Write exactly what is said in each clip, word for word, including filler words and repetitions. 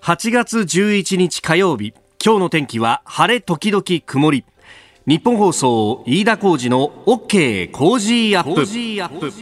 はちがつじゅういちにち火曜日、今日の天気は晴れ時々曇り。日本放送飯田浩司の OK コージーアップ。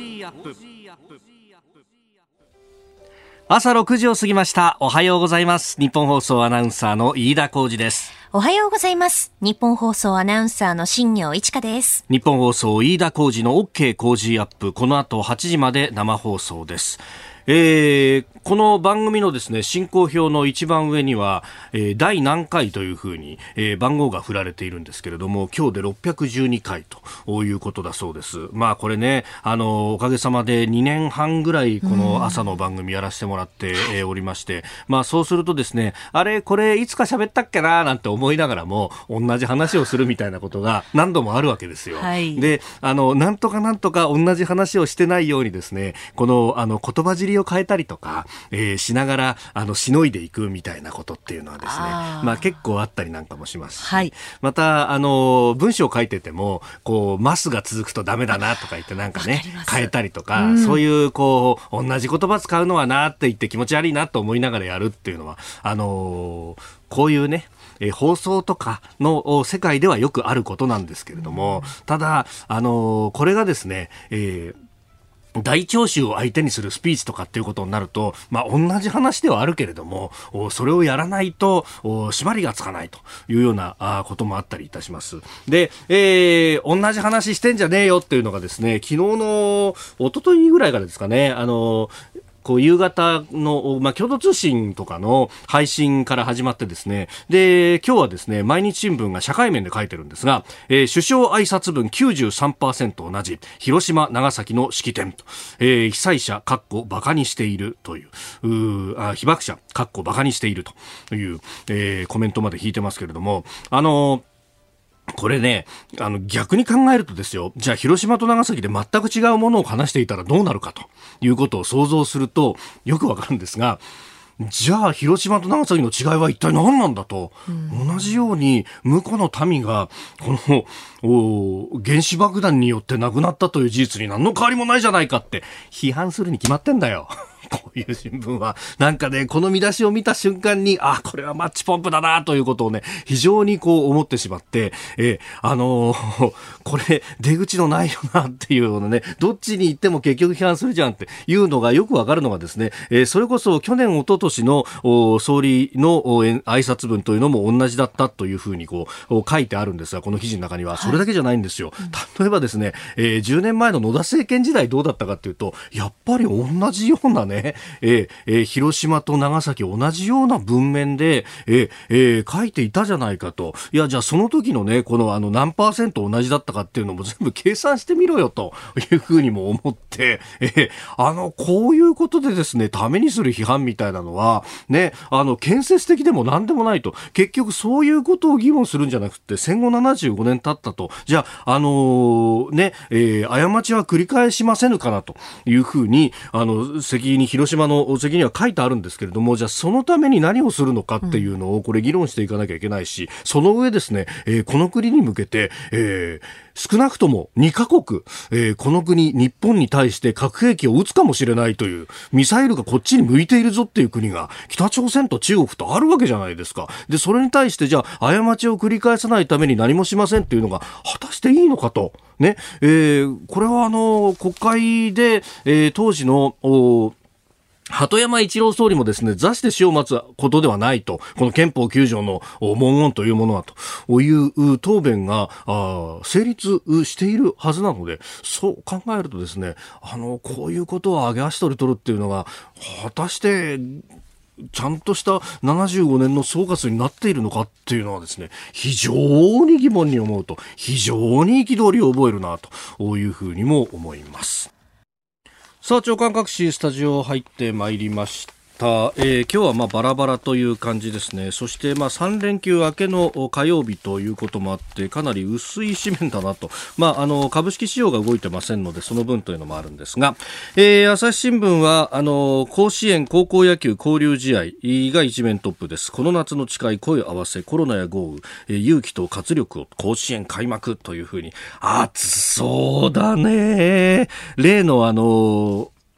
朝ろくじを過ぎました。おはようございます。日本放送アナウンサーの飯田浩司です。 おはようございます。日本放送アナウンサーの新業一華です。 日本放送飯田浩司の OK コージーアップ、この後はちじまで生放送です。えー、この番組のですね、進行表の一番上には、えー、第何回というふうに、えー、番号が振られているんですけれども、今日でろっぴゃくじゅうにかいということだそうです。まあこれね、あのおかげさまでにねんはんぐらいこの朝の番組やらせてもらって、えー、おりまして、まあそうするとですね、あれこれいつか喋ったっけななんて思いながらも同じ話をするみたいなことが何度もあるわけですよ。はい、で、あのなんとかなんとか同じ話をしてないようにですね、このあの言葉尻を変えたりとか、えー、しながらあのしのいでいくみたいなことっていうのはですね、あまあ結構あったりなんかもしますし、はい、またあの文章を書いててもこうマスが続くとダメだなとか言ってなんかね変えたりとか、うん、そういうこう同じ言葉使うのはなって言って気持ち悪いなと思いながらやるっていうのはあのー、こういうねえー、放送とかの世界ではよくあることなんですけれども、うん、ただあのー、これがですね、えー大聴衆を相手にするスピーチとかっていうことになると、まあ同じ話ではあるけれども、それをやらないと締まりがつかないというようなこともあったりいたします。で、えー、同じ話してんじゃねえよっていうのがですね、昨日の一昨日ぐらいからですかね、あのこう夕方の、まあ、共同通信とかの配信から始まってですね、で今日はですね毎日新聞が社会面で書いてるんですが、えー、首相挨拶文 きゅうじゅうさんパーセント 同じ広島長崎の式典と、えー、被災者かっこバカにしているという、うあ被爆者かっこバカにしているという、えー、コメントまで引いてますけれども、あのーこれね、あの逆に考えるとですよ、じゃあ広島と長崎で全く違うものを話していたらどうなるかということを想像するとよくわかるんですが、じゃあ広島と長崎の違いは一体何なんだと、うん、同じように向こうの民がこの原子爆弾によって亡くなったという事実に何の変わりもないじゃないかって批判するに決まってんだよ。こういう新聞はなんかね、この見出しを見た瞬間にあこれはマッチポンプだなということをね非常にこう思ってしまって、えあのー、これ出口のないよなっていうのね、どっちに行っても結局批判するじゃんっていうのがよくわかるのがですね、えー、それこそ去年一昨年の総理の挨拶文というのも同じだったというふうにこう書いてあるんですが、この記事の中にはそれだけじゃないんですよ。はい、例えばですね、えー、じゅうねんまえの野田政権時代どうだったかというとやっぱり同じようなねえーえー、広島と長崎同じような文面で、えーえー、書いていたじゃないかと。いやじゃあその時のねこのあの何パーセント同じだったかっていうのも全部計算してみろよというふうにも思って、えー、あのこういうことでですねためにする批判みたいなのはね、あの建設的でも何でもないと、結局そういうことを議論するんじゃなくて戦後ななじゅうごねん経ったと、じゃああのー、ね、えー、過ちは繰り返しませぬかなというふうにあの責任広島の責任は書いてあるんですけれども、じゃあそのために何をするのかっていうのをこれ議論していかなきゃいけないし、その上ですね、えー、この国に向けて、えー、少なくともにカ国、えー、この国日本に対して核兵器を撃つかもしれないというミサイルがこっちに向いているぞっていう国が北朝鮮と中国とあるわけじゃないですか。でそれに対してじゃあ過ちを繰り返さないために何もしませんっていうのが果たしていいのかとね、えー、これはあの国会で、えー、当時の鳩山一郎総理もですね、座して死を待つことではないと、この憲法きゅうじょうの文言というものはという答弁が成立しているはずなので、そう考えるとですね、あのこういうことを上げ足取り取るっていうのが果たしてちゃんとしたななじゅうごねんの総括になっているのかっていうのはですね、非常に疑問に思うと、非常に憤りを覚えるなというふうにも思います。さあ朝刊各紙スタジオ入ってまいりました。えー、今日はまあバラバラという感じですね。そしてまあさん連休明けの火曜日ということもあってかなり薄い紙面だなと、まあ、あの株式市場が動いてませんのでその分というのもあるんですが、えー、朝日新聞はあの甲子園高校野球交流試合が一面トップです。この夏の誓い声を合わせコロナや豪雨、えー、勇気と活力を甲子園開幕というふうに、暑そうだね。例のあの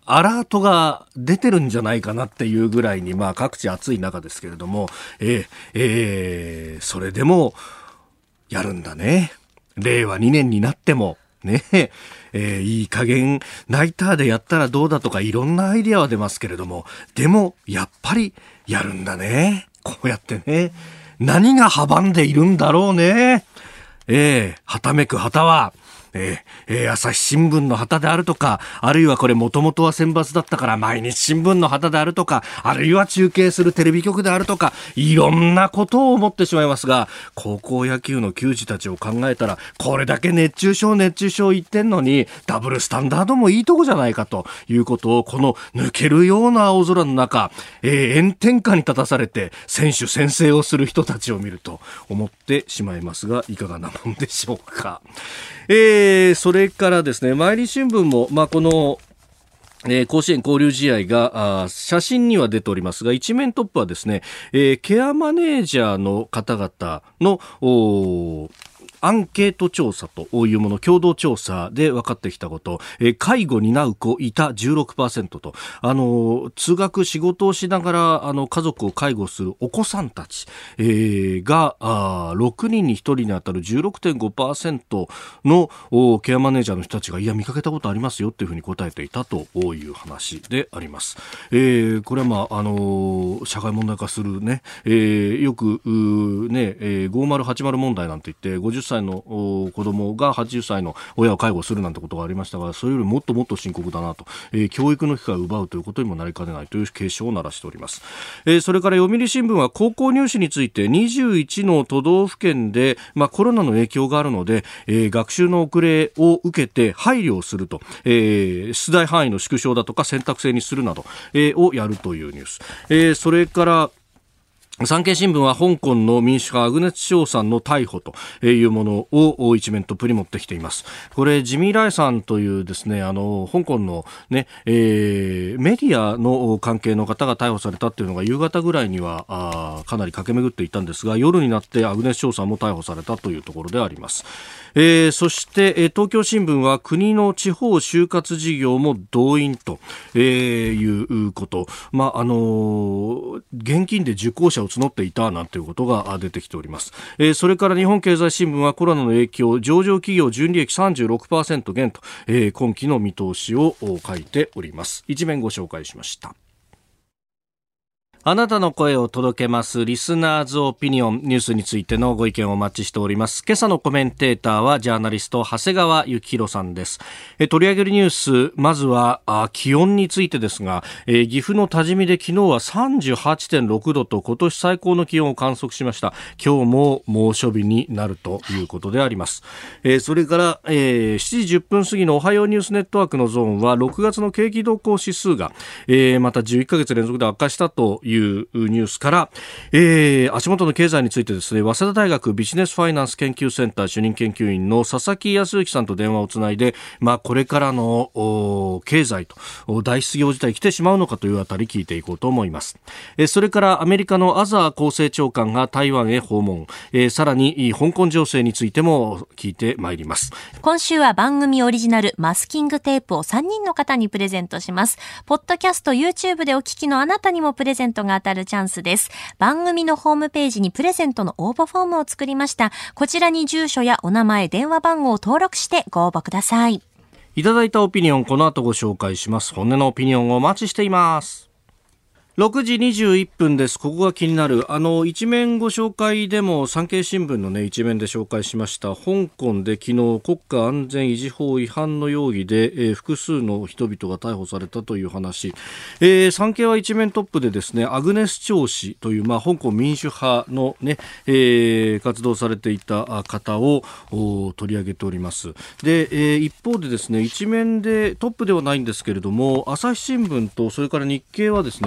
アラートが出てるんじゃないかなっていうぐらいに、まあ、各地暑い中ですけれども、えーえー、それでもやるんだね。れいわにねんになってもね、えー、いい加減ナイターでやったらどうだとかいろんなアイデアは出ますけれども、でもやっぱりやるんだね。こうやってね、何が阻んでいるんだろうね。えー、はためく旗はえーえー、朝日新聞の旗であるとか、あるいはこれもともとは選抜だったから毎日新聞の旗であるとか、あるいは中継するテレビ局であるとか、いろんなことを思ってしまいますが、高校野球の球児たちを考えたら、これだけ熱中症熱中症言ってんのにダブルスタンダードもいいとこじゃないかということを、この抜けるような青空の中、えー、炎天下に立たされて選手宣誓をする人たちを見ると思ってしまいますが、いかがなもんでしょうか。えー、それからですね、毎日新聞も、まあ、この、えー、甲子園交流試合があ写真には出ておりますが、一面トップはですね、えー、ケアマネージャーの方々のおアンケート調査というもの、共同調査で分かってきたこと、えー、介護担う子いた じゅうろくパーセント と、あの通学仕事をしながらあの家族を介護するお子さんたち、えー、があろくにんにひとりに当たる じゅうろくてんごパーセント のケアマネージャーの人たちが、いや見かけたことありますよというふうに答えていたという話であります。えー、これは、まああの社会問題化するね、えー、よくね、えー、ごーまるはちまる問題なんて言ってごじゅっさいの子供がはちじゅっさいの親を介護するなんてことがありましたが、それよりもっともっと深刻だなと、えー、教育の機会を奪うということにもなりかねないという警鐘を鳴らしております。えー、それから読売新聞は高校入試についてにじゅういちの都道府県で、まあ、コロナの影響があるので、えー、学習の遅れを受けて配慮をすると、えー、出題範囲の縮小だとか選択制にするなど、えー、をやるというニュース、えー、それから産経新聞は香港の民主派アグネス・チョウさんの逮捕というものを一面トップに持ってきています。これジミー・ライさんというですね、あの香港の、ねえー、メディアの関係の方が逮捕されたというのが夕方ぐらいにはあかなり駆け巡っていたんですが、夜になってアグネス・チョウさんも逮捕されたというところであります。えー、そして、えー、東京新聞は国の地方就活事業も動員と、えー、いうこと、まああのー、現金で受講者を募っていたなんていうことが出てきております。えー、それから日本経済新聞はコロナの影響、上場企業純利益 さんじゅうろくパーセント 減と、えー、今期の見通しを書いております。一面ご紹介しました。あなたの声を届けますリスナーズオピニオン、ニュースについてのご意見をお待ちしております。今朝のコメンテーターはジャーナリスト長谷川幸宏さんです。え取り上げるニュース、まずはあ気温についてですが、え岐阜の多治見で昨日は さんじゅうはちてんろくどと今年最高の気温を観測しました。今日も猛暑日になるということであります。えそれから、えー、しちじじゅっぷん過ぎのおはようニュースネットワークのゾーンはろくがつの景気動向指数が、えー、またじゅういっかげつ連続で悪化したといういうニュースから、えー、足元の経済についてですね、早稲田大学ビジネスファイナンス研究センター主任研究員の佐々木康之さんと電話をつないで、まあ、これからの経済と大失業事態来てしまうのかというあたり聞いていこうと思います。えー、それからアメリカのアザー厚生長官が台湾へ訪問、えー、さらに香港情勢についても聞いてまいります。 今週は番組オリジナルマスキングテープをさんにんの方にプレゼントします。ポッドキャスト YouTube でお聞きのあなたにもプレゼントが当たるチャンスです。番組のホームページにプレゼントの応募フォームを作りました。こちらに住所やお名前、電話番号を登録してご応募ください。 いただいたオピニオン、この後ご紹介します。本音のオピニオンをお待ちしています。ろくじにじゅういっぷんです。ここが気になるあの一面ご紹介でも産経新聞の、ね、一面で紹介しました香港で昨日国家安全維持法違反の容疑で、えー、複数の人々が逮捕されたという話、えー、産経は一面トップでですね、アグネス・チョウ氏という、まあ、香港民主派の、ねえー、活動されていた方を取り上げております。で、えー、一方でですね、一面でトップではないんですけれども、朝日新聞とそれから日経はですね、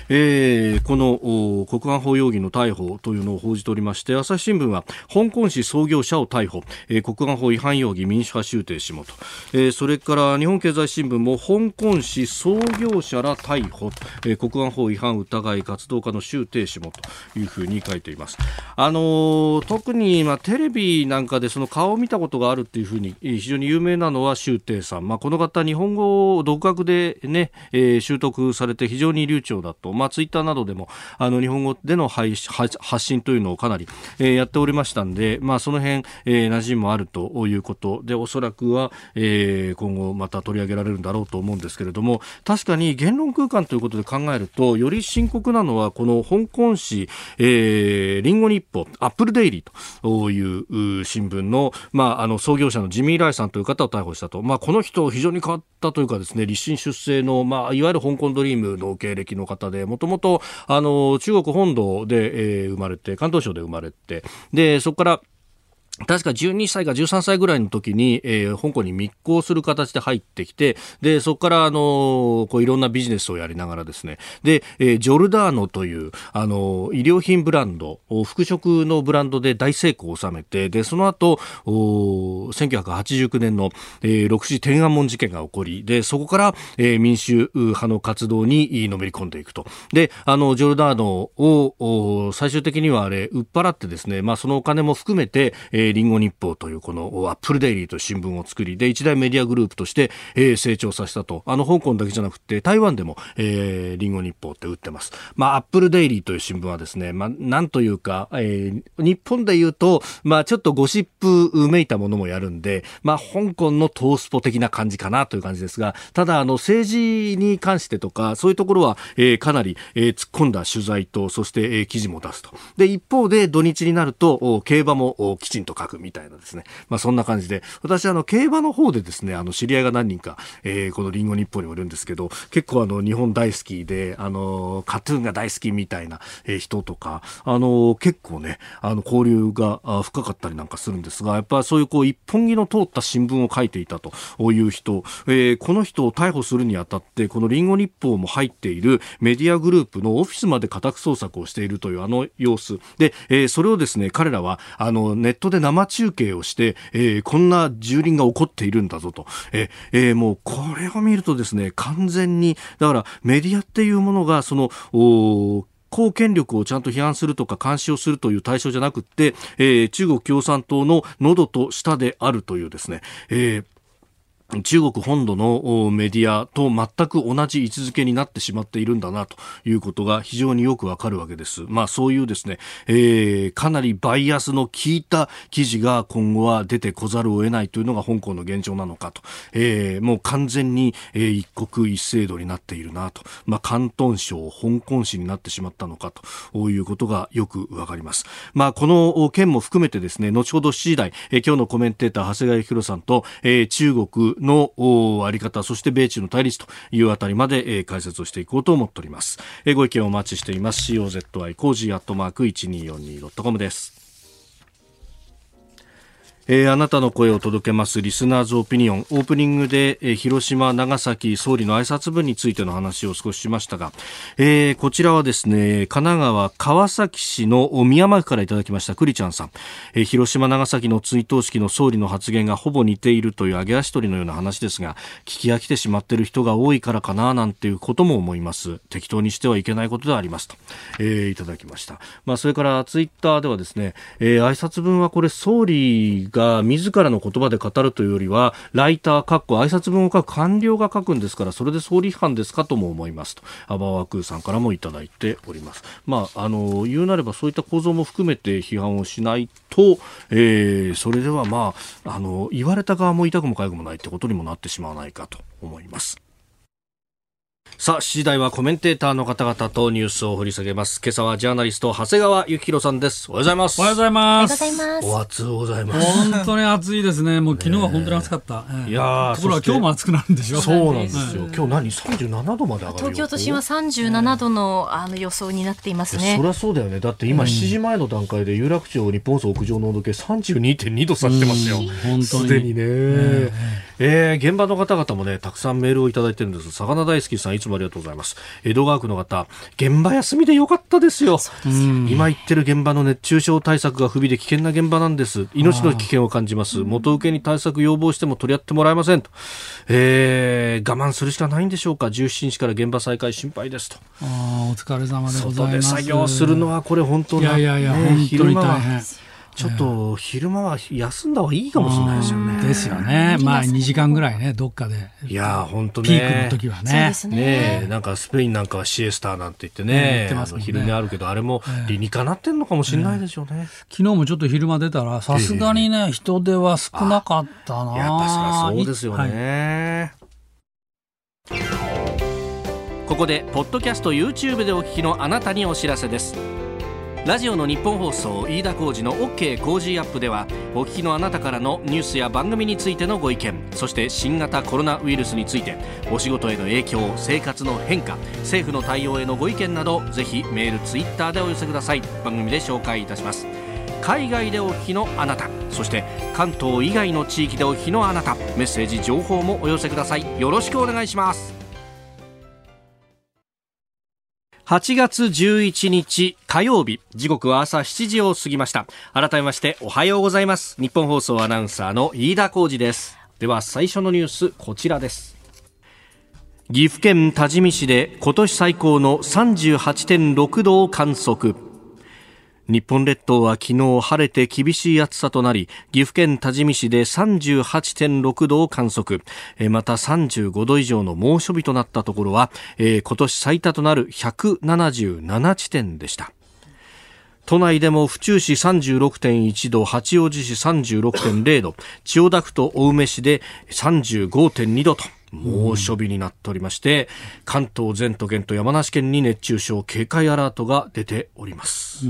えー、この国安法容疑の逮捕というのを報じておりまして、朝日新聞は香港市創業者を逮捕、えー、国安法違反容疑民主派州邸下と、えー、それから日本経済新聞も香港市創業者ら逮捕、えー、国安法違反疑い活動家の州邸下というふうに書いています。あのー、特に、まあ、テレビなんかでその顔を見たことがあるっていうふうに非常に有名なのは州邸さん、まあ、この方日本語を独学で、ねえー、習得されて非常に流暢だと、まあ、ツイッターなどでもあの日本語での配発信というのをかなり、えー、やっておりましたんで、まあ、その辺、えー、馴染みもあるということで、おそらくは、えー、今後また取り上げられるんだろうと思うんですけれども、確かに言論空間ということで考えるとより深刻なのはこの香港紙、えー、リンゴ日報アップルデイリーという新聞の、まあ、あの創業者のジミー・ライさんという方を逮捕したと、まあ、この人非常に変わったというかですね、立身出世の、まあ、いわゆる香港ドリームの経歴の方で、もともとあの中国本土で、えー、生まれて広東省で生まれて、でそこから確かじゅうにさいかじゅうさんさいぐらいの時に、えー、香港に密航する形で入ってきて、でそこからあのこういろんなビジネスをやりながらですね、で、えー、ジョルダーノというあの衣料品ブランド、服飾のブランドで大成功を収めて、でその後せんきゅうひゃくはちじゅうきゅうねんの、えー、六四天安門事件が起こり、でそこから、えー、民主派の活動にのめり込んでいくと。であのジョルダーノを最終的にはあれ売っ払ってですね、まあ、そのお金も含めて、えーリンゴ日報というこのアップルデイリーという新聞を作り、で一大メディアグループとして、えー、成長させたと。あの香港だけじゃなくて台湾でも、えー、リンゴ日報って売ってます。まあアップルデイリーという新聞はですね、まあなんというか、えー、日本で言うとまあちょっとゴシップめいたものもやるんで、まあ香港のトースポ的な感じかなという感じですが、ただあの政治に関してとかそういうところは、えー、かなり、えー、突っ込んだ取材と、そして、えー、記事も出すと。で一方で土日になると競馬もきちんと書くみたいなですね、まあそんな感じで、私あの競馬の方でですね、あの知り合いが何人か、えー、このリンゴ日報にもいるんですけど、結構あの日本大好きで、あのカトゥーンが大好きみたいな人とか、あの結構ね、あの交流が深かったりなんかするんですが、やっぱりそういうこう一本気の通った新聞を書いていたという人、えー、この人を逮捕するにあたってこのリンゴ日報も入っているメディアグループのオフィスまで家宅捜索をしているというあの様子で、えー、それをですね、彼らはあのネットで生中継をして、えー、こんな蹂躙が起こっているんだぞと、えーえー、もうこれを見るとですね、完全にだからメディアっていうものがその公権力をちゃんと批判するとか監視をするという対象じゃなくって、えー、中国共産党の喉と舌であるというですね、えー中国本土のメディアと全く同じ位置づけになってしまっているんだなということが非常によくわかるわけです。まあそういうですね、えー、かなりバイアスの効いた記事が今後は出てこざるを得ないというのが香港の現状なのかと、えー、もう完全に、えー、一国一制度になっているなと、まあ広東省香港市になってしまったのかということがよくわかります。まあこの件も含めてですね、後ほどしちじ台、えー、今日のコメンテーター長谷川幸宏さんと、えー、中国のあり方、そして米中の対立というあたりまで、えー、解説をしていこうと思っております。えー、ご意見をお待ちしています。 コズイ コージーアットマーク いちにーよんにードットコム です。えー、あなたの声を届けますリスナーズオピニオン。オープニングで、えー、広島長崎総理の挨拶文についての話を少ししましたが、えー、こちらはですね、神奈川川崎市の宮山区からいただきましたクリちゃんさん、えー、広島長崎の追悼式の総理の発言がほぼ似ているという揚げ足取りのような話ですが、聞き飽きてしまっている人が多いからかななんていうことも思います。適当にしてはいけないことでありますと、えー、いただきました。まあ、それからツイッターではですね、えー、挨拶文はこれ総理がが自らの言葉で語るというよりはライターかっこ挨拶文を書く官僚が書くんですから、それで総理批判ですかとも思いますとアバワクーさんからもいただいております。まあ、あの言うなればそういった構造も含めて批判をしないと、えー、それではまあ、あの言われた側も痛くも痒くもないってことにもなってしまわないかと思います。さあ、しちじ台はコメンテーターの方々とニュースを掘り下げます。今朝はジャーナリスト長谷川幸宏さんです。おはようございます。 おはようございます。 お暑うございます。 本当に暑いですね。もう昨日は本当に暑かった、 ね、いやところが今日も暑くなるんでしょ。 そうなんですよ、はい、今日何さんじゅうななどまで上がるよ。 東京都心はさんじゅうななどの、あの予想になっていますね。 そりゃそうだよね。だって今しちじまえの段階で有楽町日本層屋上の温度計 さんじゅうにてんに 度指してますよ。 本当にすでにね、えーえー、現場の方々もねたくさんメールをいただいてるんです。魚大好きさんいつももありがとうございます。江戸川区の方、現場休みでよかったですよ。今言ってる現場の熱中症対策が不備で危険な現場なんです。命の危険を感じます。元請けに対策要望しても取り合ってもらえませんと、えー、我慢するしかないんでしょうか。じゅうしちにちから現場再開心配ですと。 あ、お疲れ様でございます。 外で作業するのはこれ本当に、 いやいやいや、ね、本当に大変。 ちょっと昼間は休んだ方がいいかもしれないですよね。 ですよね。まあにじかんぐらいね、どっかで。 いや本当ね。 ピークの時はね。そうですね。ね、なんかスペインなんかはシエスターなんて言ってね、ね、あの昼寝あるけど、あれも理にかなってんのかもしれないでしょうね。 えー、昨日もちょっここ出たらさすがにね、えー、人手は少なかったな。 やっぱそりゃそうですよね。はい、ここでポッドキャスト YouTube でお聞きのあなたにお知らせです。ラジオの日本放送飯田浩司の OK 工事アップでは、お聞きのあなたからのニュースや番組についてのご意見、そして新型コロナウイルスについて、お仕事への影響、生活の変化、政府の対応へのご意見など、ぜひメール、ツイッターでお寄せください。番組で紹介いたします。海外でお聞きのあなた、そして関東以外の地域でお聞きのあなた、メッセージ情報もお寄せください。よろしくお願いします。はちがつじゅういちにち火曜日、時刻は朝しちじを過ぎました。改めましておはようございます。日本放送アナウンサーの飯田浩司です。では最初のニュース、こちらです。岐阜県多治見市で今年最高の さんじゅうはちてんろくどを観測。日本列島は昨日晴れて厳しい暑さとなり、岐阜県多治見市で さんじゅうはちてんろくどを観測。またさんじゅうごど以上の猛暑日となったところは、えー、今年最多となるひゃくななじゅうななちてんでした。都内でも府中市 さんじゅうろくてんいちど、八王子市 さんじゅうろくてんれいど、千代田区と青梅市で さんじゅうごてんにどと猛暑日になっておりまして、関東全都県と山梨県に熱中症警戒アラートが出ております。 うん、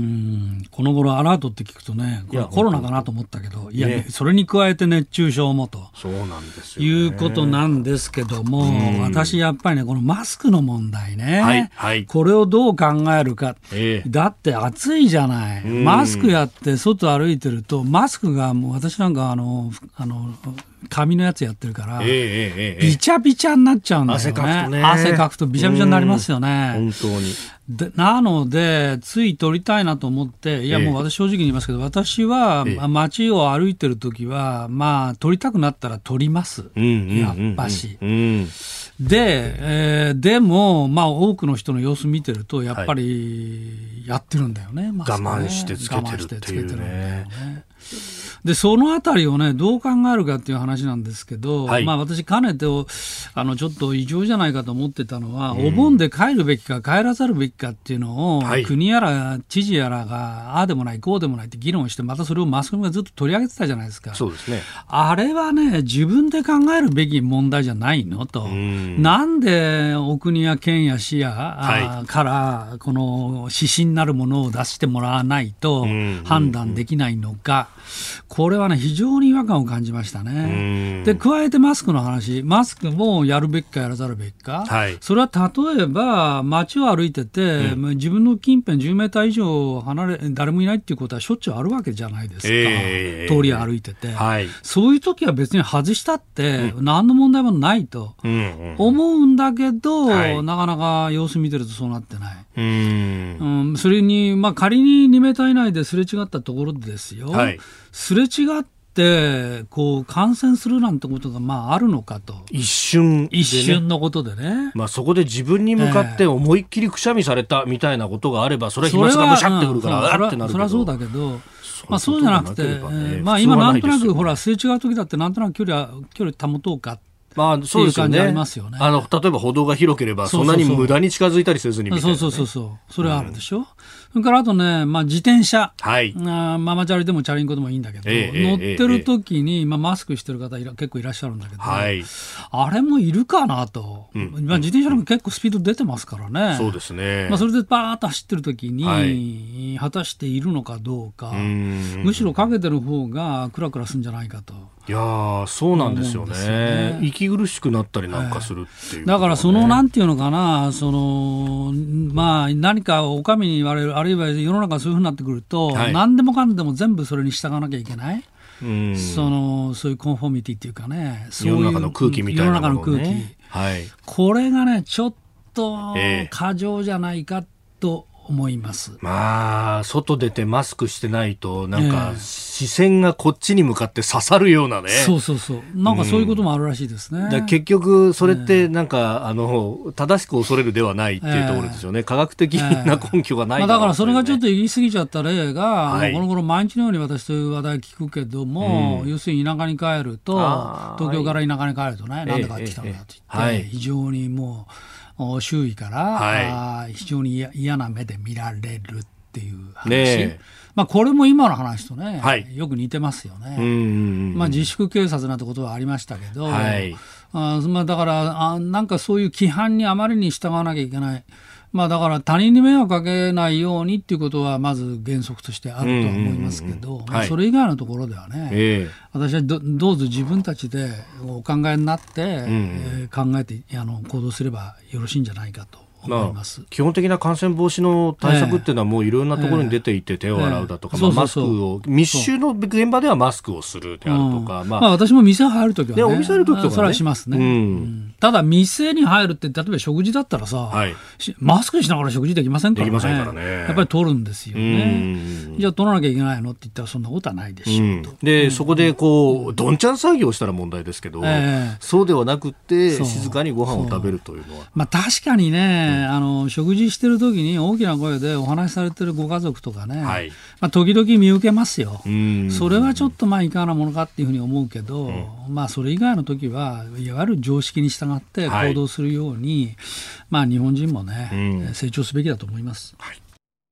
この頃アラートって聞くとね、これコロナかなと思ったけど、いや、ね、それに加えて熱中症もと、 そうなんですよね、 いうことなんですけども、私やっぱりね、このマスクの問題ね、はいはい、これをどう考えるか、えー、だって暑いじゃない。マスクやって外歩いてると、マスクがもう私なんかあのあの紙のやつやってるから、えーえーえー、ビチャビチャになっちゃうんだよね。汗かくとね。汗かくとビチャビチャになりますよね。 本当に。 でなのでつい撮りたいなと思って、いやもう私正直に言いますけど、私は街を歩いてるときはまあ撮りたくなったら撮ります、うんうんうんうん、やっぱし、うん、で、えー、でもまあ多くの人の様子見てるとやっぱりやってるんだよね、はい、 我慢してつけてるっていうね。 でそのあたりをねどう考えるかっていう話なんですけど、はい、まあ私かねてをあのちょっと異常じゃないかと思ってたのは、うん、お盆で帰るべきか帰らざるべきかっていうのを、はい、国やら知事やらがああでもないこうでもないって議論して、またそれをマスコミがずっと取り上げてたじゃないですか。 そうですね。 あれはね自分で考えるべき問題じゃないのと、うん、なんでお国や県や市や、はい、からこの指針なるものを出してもらわないと判断できないのか、これはね非常に違和感を感じましたね。で加えてマスクの話、マスクもやるべきかやらざるべきか、はい、それは例えば街を歩いてて、うん、自分の近辺じゅうメーター以上離れ誰もいないっていうことはしょっちゅうあるわけじゃないですか、えー、通り歩いてて、はい、そういう時は別に外したって何の問題もないと思うんだけど、うんうんうん、なかなか様子見てるとそうなってない。うん、うん、それに、まあ、仮ににメーター以内ですれ違ったところでですよ、はい、すれ違ってこう感染するなんてことがまああるのかと、 一瞬、ね、 一瞬のことでね、 まあ、そこで自分に向かって思いっきりくしゃみされたみたいなことがあれば、それは飛沫がむしゃってくるから、うん、あってなるけど、 それはそうだけど、まあ、そうじゃなくて、ね、まあ、今なんとなくほらすれ違う時だってなんとなく距離は距離保とうかまあ、そうですよね。ありますよね。あの例えば歩道が広ければそんなに無駄に近づいたりせずにみたいな、ね、 そうそうそうそう、それはあるでしょ、うん、それからあとね、まあ、自転車、はい、あママチャリでもチャリンコでもいいんだけど、えー、乗ってる時に、まあ、マスクしてる方いら結構いらっしゃるんだけど、はい、あれもいるかなと、うんまあ、自転車なんか結構スピード出てますからね、 そうですね、 まあ、それでバーッと走ってる時に、はい、果たしているのかどうか、うんむしろかけてる方がクラクラするんじゃないかと。 いやそうなんですよ ね, ですよね。息苦しくなったりなんかするっていう、ね、 だからそのなんていうのかな、その、まあ、何かお上に言われる、あるいは世の中がそういうふうになってくると、はい、何でもかんでも全部それに従わなきゃいけない、うんそのそういうコンフォーミティっていうかね、そういう世の中の空気みたいなものね、 世の中の空気、はい、これがねちょっとと過剰じゃないかと思います。 えー、まあ外出てマスクしてないとなんか視線がこっちに向かって刺さるようなね、 えー、そうそうそう、なんかそういうこともあるらしいですね。 うん、だ結局それってなんか、えー、あの正しく恐れるではないっていうところですよね、えー、科学的な根拠がない、 えーまあ、だからそれがちょっと言い過ぎちゃった例が、はい、この頃毎日のように私という話題聞くけども、うん、要するに田舎に帰ると東京から田舎に帰るとね、はい、なんで帰ってきたのかと言って、えーえー、非常にもう周囲から、はい、非常に嫌な目で見られるっていう話、ね、まあ、これも今の話とね、はい、よく似てますよね。うん、まあ、自粛警察なんてことはありましたけど、はい、あまあ、だからあなんかそういう規範にあまりに従わなきゃいけない、まあ、だから他人に迷惑かけないようにっていうことはまず原則としてあるとは思いますけど、それ以外のところではね、えー、私は ど, どうぞ自分たちでお考えになって、うんえー、考えてあの行動すればよろしいんじゃないかと思います。 まあ、基本的な感染防止の対策っていうのはもういろんなところに出ていて、手を洗うだとか、マスクを密集の現場ではマスクをするであるとか、 うんまあまあ、私も店入るときはね、 お店入るときとかね、 それはしますね、うんうん、ただ店に入るって例えば食事だったらさ、はい、マスクしながら食事できませんからね、できませんからね、やっぱり取るんですよね。じゃあ取らなきゃいけないのって言ったらそんなことはないでしょうと、 うん、で、うん、そこでこうどんちゃん騒ぎをしたら問題ですけど、えー、そうではなくって静かにご飯を食べるというのは、 まあ、確かにね、うん、あの食事してる時に大きな声でお話しされてるご家族とかね、はいまあ、時々見受けますよ。うんそれはちょっとまあいかがなものかっていうふうに思うけど、うんまあ、それ以外の時はいわゆる常識に従って行動するように、はいまあ、日本人もね、うん、成長すべきだと思います、はい、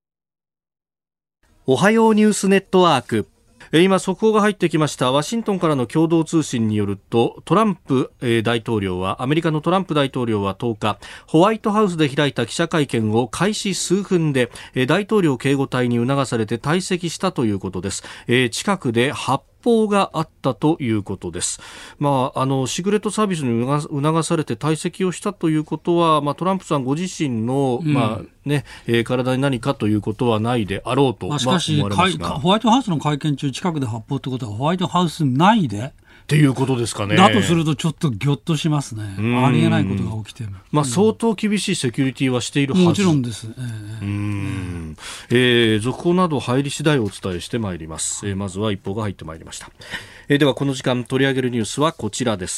おはようニュースネットワーク、今速報が入ってきました。ワシントンからの共同通信によると、トランプ大統領はアメリカのトランプ大統領はとおかホワイトハウスで開いた記者会見を開始数分で大統領警護隊に促されて退席したということです。近くで発砲があったということです。まあ、あのシークレットサービスに促されて退席をしたということは、まあ、トランプさんご自身の、うんまあねえー、体に何かということはないであろうと、まあ、 しかし、まあ、思われますが、ホワイトハウスの会見中近くで発砲ということはホワイトハウス内でっていうことですかね。 だとするとちょっとギョッとしますね。ありえないことが起きてる、 まあ、相当厳しいセキュリティはしているはず。 もちろんです、えーうんえー、続報など入り次第お伝えしてまいります、えー、まずは一報が入ってまいりました、えー、ではこの時間取り上げるニュースはこちらです。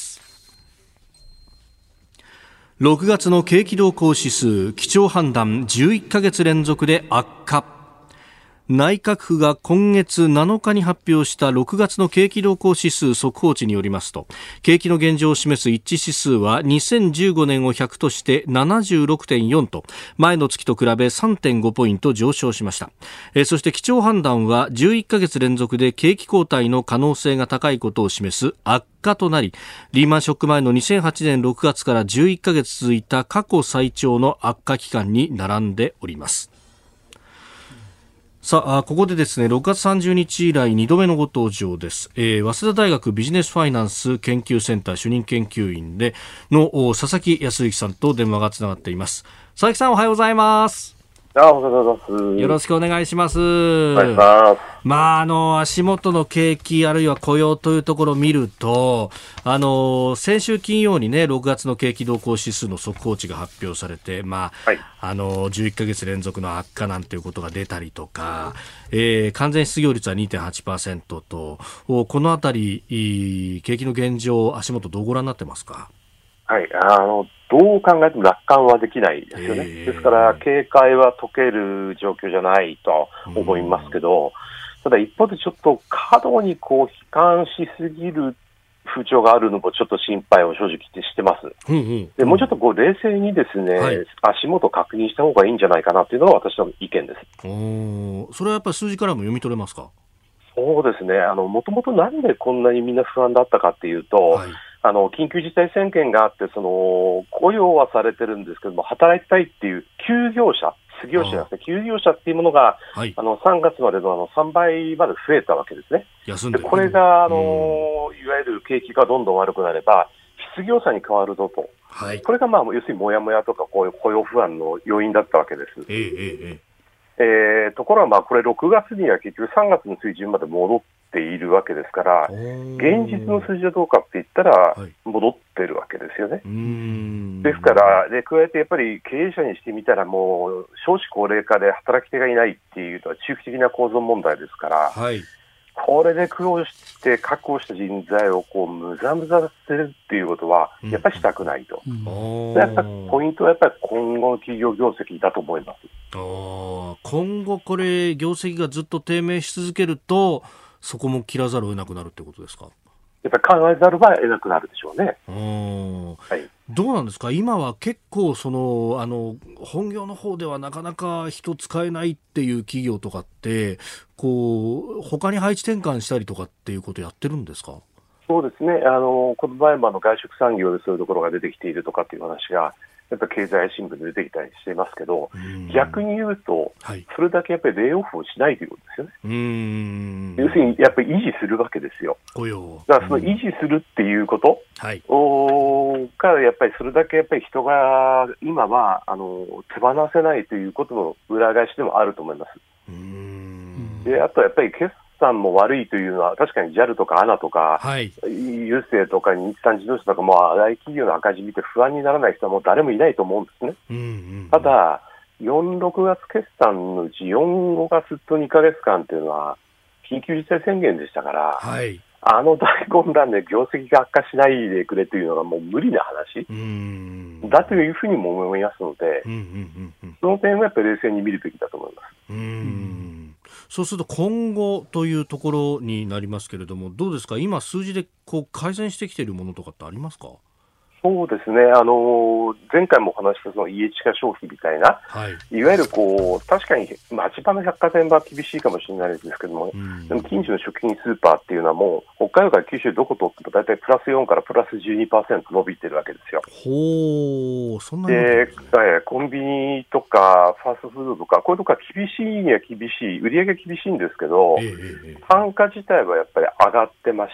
ろくがつの景気動向指数基調判断じゅういっかげつ連続で悪化。内閣府が今月なのかに発表したろくがつの景気動向指数速報値によりますと、景気の現状を示す一致指数はにせんじゅうごねんをひゃくとして ななじゅうろくてんよん と前の月と比べ さんてんご ポイント上昇しました。えー、そして基調判断はじゅういっかげつ連続で景気後退の可能性が高いことを示す悪化となり、リーマンショック前のにせんはちねんろくがつからじゅういっかげつ続いた過去最長の悪化期間に並んでおります。さあ、ここでですね、ろくがつさんじゅうにち以来にどめのご登場です。えー、早稲田大学ビジネスファイナンス研究センター主任研究員での佐々木康之さんと電話がつながっています。佐々木さん、おはようございます。 あ、おはようございます。 よろしくお願いします。 お願いします。 まあ、あの足元の景気あるいは雇用というところを見ると、あの先週金曜にね、ろくがつの景気動向指数の速報値が発表されて、まあ、はい、あのじゅういっかげつ連続の悪化なんていうことが出たりとか、えー、完全失業率は にてんはちパーセント と、このあたり景気の現状、足元どうご覧になってますか？ はい、あのどう考えても楽観はできないですよね。えー、ですから警戒は解ける状況じゃないと思いますけど、ただ一方でちょっと過度にこう悲観しすぎる風潮があるのもちょっと心配を正直してます。うんうん、でもうちょっとこう冷静にですね、はい、足元確認した方がいいんじゃないかなというのが私の意見です。 お、それはやっぱり数字からも読み取れますか？ そうですね、あのもともとなんでこんなにみんな不安だったかっていうと、はい、あの緊急事態宣言があって、その雇用はされてるんですけども、働きたいっていう休業者、失業者ですね、休業者っていうものが、はい、あのさんがつまでのあのさんばいまで増えたわけですね。 休んでる。 でこれがあの、いわゆる景気がどんどん悪くなれば失業者に変わるぞと、はい、これがまあ要するにもやもやとかこういう雇用不安の要因だったわけです。えーえーえーえー、ところがまあこれろくがつには結局さんがつの水準まで戻っっているわけですから、現実の数字はどうかって言ったら、戻ってるわけですよね。うーんですから、で、加えてやっぱり経営者にしてみたら、もう少子高齢化で働き手がいないっていうのは中期的な構造問題ですから、はい、これで苦労して確保した人材をこうむざむざさせるっていうことは、やっぱりしたくないと。うん、やっぱポイントはやっぱり今後の企業業績だと思います。 あ今後これ業績がずっと低迷し続けると、そこも切らざるを得なくなるってことですか。 やっぱり考えざるを得なくなるでしょうね。 はい、どうなんですか。今は結構そのあの本業の方ではなかなか人使えないっていう企業とかってこう他に配置転換したりとかっていうことやってるんですか。 そうですね。あのこの前もあの外食産業でそういうところが出てきているとかっていう話がやっぱ経済新聞で出てきたりしていますけど、逆に言うと、はい、それだけやっぱりレイオフをしないということですよね。うーん要するにやっぱり維持するわけですよ。雇用だからその維持するっていうこと、はい、がやっぱりそれだけやっぱり人が今はあの手放せないということの裏返しでもあると思います。うーんであとやっぱり決算も悪いというのは確かに ジャル とか アナ とか、はい、郵政とか日産自動車とかも大企業の赤字見て不安にならない人はもう誰もいないと思うんですね。うんうんうん、ただよん、ろくがつ決算のうちよん、ごがつとにかげつかんというのは緊急事態宣言でしたから、はい、あの大混乱で業績が悪化しないでくれというのがもう無理な話うんだというふうにも思いますので、うんうんうんうん、その点はやっぱり冷静に見るべきだと思います。うんそうすると今後というところになりますけれども、どうですか。今数字でこう改善してきているものとかってありますか。 そうですね。あの前回もお話したその家近消費みたいな、はい、いわゆるこう確かに町場の百貨店は厳しいかもしれないですけども、うん、でも近所の食品スーパーっていうのはもう北海道から九州どこ取っても大体プラスよんからプラス じゅうにパーセント 伸びてるわけですよ。 ほー、そんなにで、コンビニとかファーストフードとかこういうところは厳しいには厳しい、売り上げが厳しいんですけど、えー、単価自体はやっぱり上がってまして、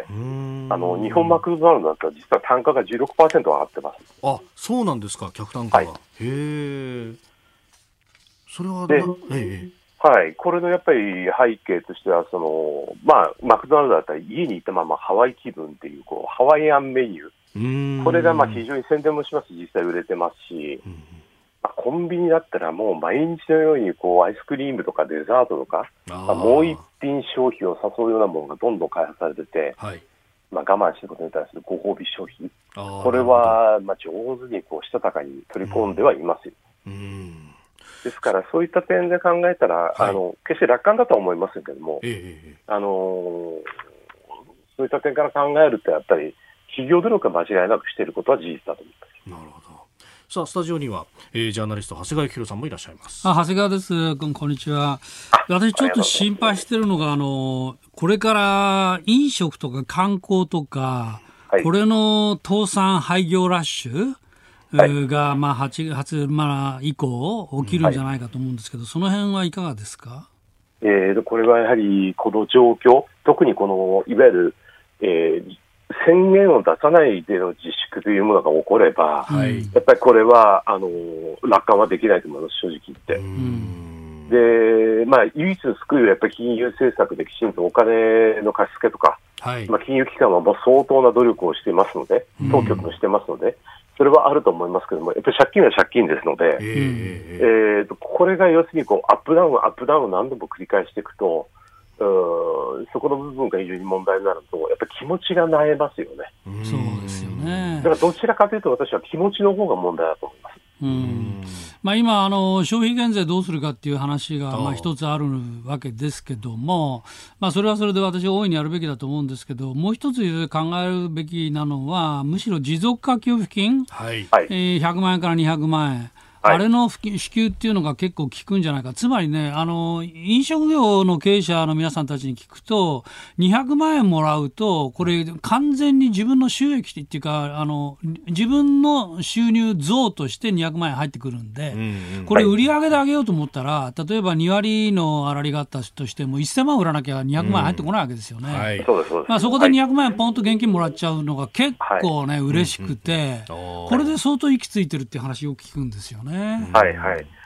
あの日本マクドナルドだったら実は単価が じゅうろくパーセント 上がってます。 あ、そうなんですか。客単価が、はい、へえ。それはで、ええ、はい、これのやっぱり背景としてはその、まあ、マクドナルドだったら家にいたままハワイ気分っていう、こうハワイアンメニュー、うーんこれがまあ非常に宣伝もしますし実際売れてますし、うんまあ、コンビニだったらもう毎日のようにこうアイスクリームとかデザートとかまあ、もう一品消費を誘うようなものがどんどん開発されてて、はいまあ、我慢していることに対するご褒美消費、これはまあ上手にこうしたたかに取り込んではいますよ。うんうんですからそういった点で考えたら、はい、あの決して楽観だとは思いますけれども、ええあのー、そういった点から考えるとやっぱり企業努力が間違いなくしていることは事実だと思います。 なるほど。さあスタジオには、えー、ジャーナリスト長谷川幸宏さんもいらっしゃいます。 あ、長谷川です。こんにちは。私ちょっと心配しているのがあのこれから飲食とか観光とか、はい、これの倒産廃業ラッシュが、まあ、はちがつ、まあ、以降起きるんじゃないかと思うんですけど、はい、その辺はいかがですか。 えー、これはやはりこの状況、特にこのいわゆる、えー、宣言を出さないでの自粛というものが起これば、はい、やっぱりこれはあの楽観はできないと思います、正直言って。うんでまあ、唯一の救いはやっぱり金融政策できちんとお金の貸し付けとか、はいまあ、金融機関はもう相当な努力をしていますので、当局もしてますので、それはあると思いますけども、やっぱり借金は借金ですので、えーえー、とこれが要するにこうアップダウン、アップダウンを何度も繰り返していくと、うそこの部分が非常に問題になると、やっぱり気持ちが萎えますよね。 そうですよね。 だからどちらかというと、私は気持ちの方が問題だと思います。 うんまあ、今あの消費減税どうするかっていう話がまあ一つあるわけですけども、まあ、それはそれで私は大いにやるべきだと思うんですけど、もう一つ考えるべきなのはむしろ持続化給付金、はいえー、ひゃくまんえんからにひゃくまんえん、はい、あれの支給っていうのが結構効くんじゃないか。つまりね、あの飲食業の経営者の皆さんたちに聞くとにひゃくまんえんもらうとこれ完全に自分の収益っていうかあの自分の収入増としてにひゃくまんえん入ってくるんで、うんうん、これ売り上げで上げようと思ったら例えばに割の粗利があったとしてもせんまん売らなきゃにひゃくまんえん入ってこないわけですよね、うんはいまあ、そこでにひゃくまんえんポンと現金もらっちゃうのが結構ね、はい、嬉しくて、うんうんうん、これで相当息ついてるっていう話を聞くんですよね。 はいはい、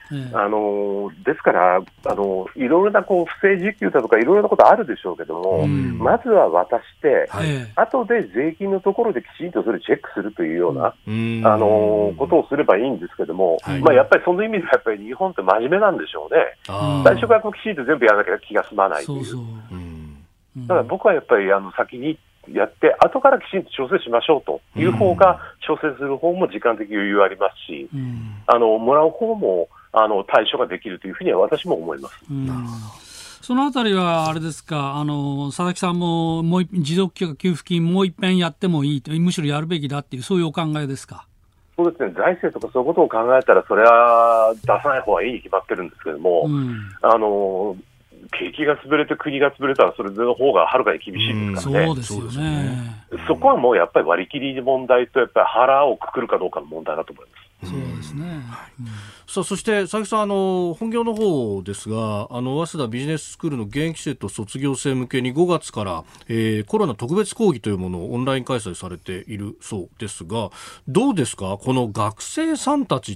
ええ、あのですからあのいろいろなこう不正受給だとかいろいろなことあるでしょうけども、うん、まずは渡して、はい、後で税金のところできちんとそれをチェックするというような、うん、あのことをすればいいんですけども、はい、まあ、やっぱりその意味ではやっぱり日本って真面目なんでしょうね。最初からこうきちんと全部やらなきゃ気が済まないという。そうそう、うん、だから僕はやっぱりあの先にやって後からきちんと調整しましょうという方が、調整する方も時間的余裕ありますし、うん、あのもらう方もあの対処ができるというふうには私も思います。うん、 そのあたりはあれですか、あの佐々木さんももう持続化給付金もう一遍やってもいいと、むしろやるべきだっていうそういうお考えですか。 そうですね、財政とかそういうことを考えたらそれは出さない方がいいに決まってるんですけども、うん、あの景気が潰れて国が潰れたらそれの方がはるかに厳しいですからね。 そうですよね。 そこはもうやっぱり割り切り問題とやっぱり腹をくくるかどうかの問題だと思います。 そうですね。 うん、さあそして佐々木さん、あの本業の方ですが、あの早稲田ビジネススクールの現役生と卒業生向けにごがつから、えー、コロナ特別講義というものをオンライン開催されているそうですが、どうですか、この学生さんたちって、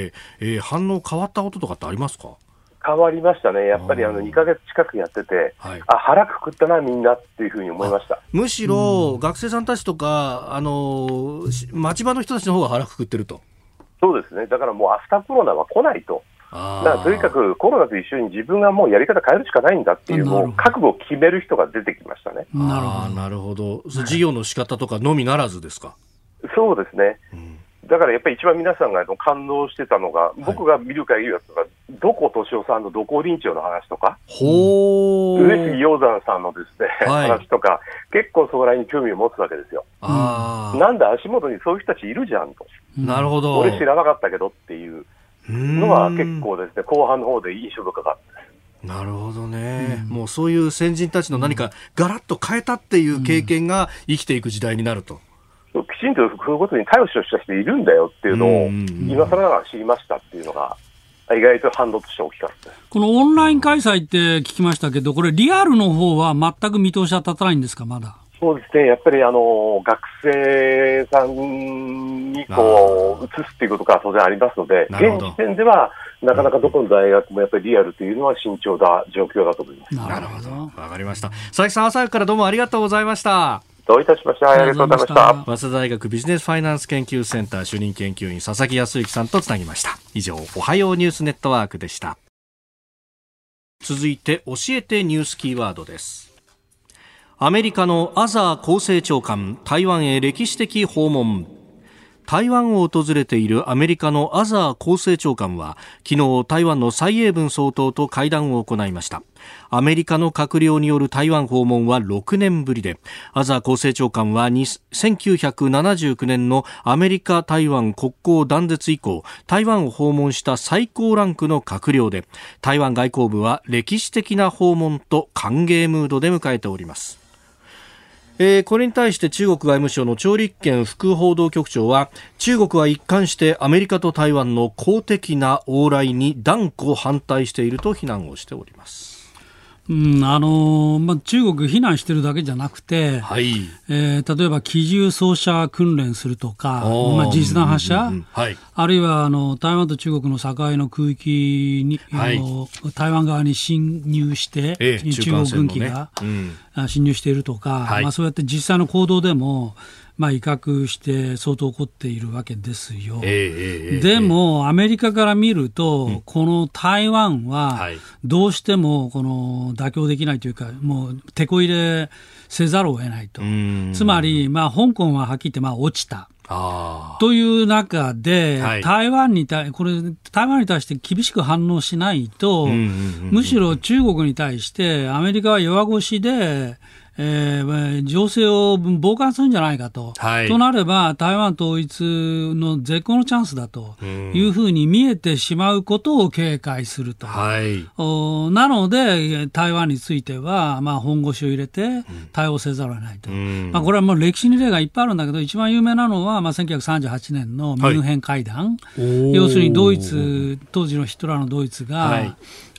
えー、反応変わったこととかってありますか。 変わりましたね。やっぱりあのにかげつ近くやってて、はい、あ腹くくったなみんなっていうふうに思いました。 むしろ学生さんたちとかあの町場の人たちの方が腹くくってると。 そうですね。だからもうアフターコロナは来ないと。だからとにかくコロナと一緒に自分がもうやり方変えるしかないんだっていうもう覚悟を決める人が出てきましたね。 なるほど。なるほど。事業の仕方とかのみならずですか。 そうですね。うん、だからやっぱり一番皆さんが感動してたのが、僕が見る限りはどこ敏夫さんのどこ臨調の話とか、ほー上杉鷹山さんのですね、はい、話とか、結構そこら辺に興味を持つわけですよ。あなんで足元にそういう人たちいるじゃんと。 なるほど。 俺知らなかったけどっていうのは結構ですね、後半の方で印象深かったです。 なるほどね、うん、もうそういう先人たちの何かガラッと変えたっていう経験が生きていく時代になると。 きちんとそういうことに対応した人いるんだよっていうのを今更ながら知りましたっていうのが意外と反応として大きかったです。 このオンライン開催って聞きましたけど、これリアルの方は全く見通しは立たないんですか、まだ。 そうですね、やっぱりあの学生さんにこう移すということが当然ありますので、現時点ではなかなかどこの大学もやっぱりリアルというのは慎重な状況だと思います。 なるほど、わかりました。佐々木さん、朝からどうもありがとうございました。 どういたしました。ありがとうございました。 早稲田大学ビジネスファイナンス研究センター主任研究員佐々木康之さんとつなぎました。以上、おはようニュースネットワークでした。続いて教えてニュースキーワードです。アメリカのアザー厚生長官、台湾へ歴史的訪問。台湾を訪れているアメリカのアザー厚生長官は昨日台湾の蔡英文総統と会談を行いました。アメリカの閣僚による台湾訪問はろくねんぶりで、アザー厚生長官はせんきゅうひゃくななじゅうきゅうねんのアメリカ台湾国交断絶以降台湾を訪問した最高ランクの閣僚で、台湾外交部は歴史的な訪問と歓迎ムードで迎えております。えー、これに対して中国外務省の趙立堅副報道局長は、中国は一貫してアメリカと台湾の公的な往来に断固反対していると非難をしております。 うんあのまあ、中国非難してるだけじゃなくて、はいえー、例えば機銃掃射訓練するとか、まあ、実弾発射、うんうんうんはい、あるいはあの台湾と中国の境の空域に、はい、あの台湾側に侵入して、ええ、中国軍機が、ねうん、侵入しているとか、はいまあ、そうやって実際の行動でもまあ、威嚇して相当怒っているわけですよ、えーえー、でもアメリカから見ると、うん、この台湾はどうしてもこの妥協できないというか、もう手こ入れせざるを得ないと。つまり、まあ、香港ははっきり言ってまあ落ちたあという中で、はい、台湾に対これ台湾に対して厳しく反応しないと、うんうんうんうん、むしろ中国に対してアメリカは弱腰でえー、情勢を傍観するんじゃないかと、はい、となれば台湾統一の絶好のチャンスだというふうに見えてしまうことを警戒すると、はい、おなので台湾については、まあ、本腰を入れて対応せざるを得ないと、うんまあ、これはもう歴史に例がいっぱいあるんだけど、一番有名なのは、まあ、せんきゅうひゃくさんじゅうはちねんのミュンヘン会談、はい、要するにドイツ当時のヒトラーのドイツが、はい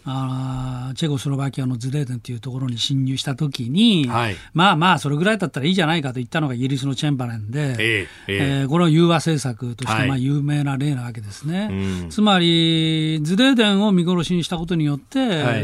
あチェコスロバキアのズデーテンというところに侵入したときに、はい、まあまあそれぐらいだったらいいじゃないかと言ったのがイギリスのチェンバレンで、えーえーえー、これは融和政策としてまあ有名な例なわけですね、はい、つまりズデーテンを見殺しにしたことによって、はい、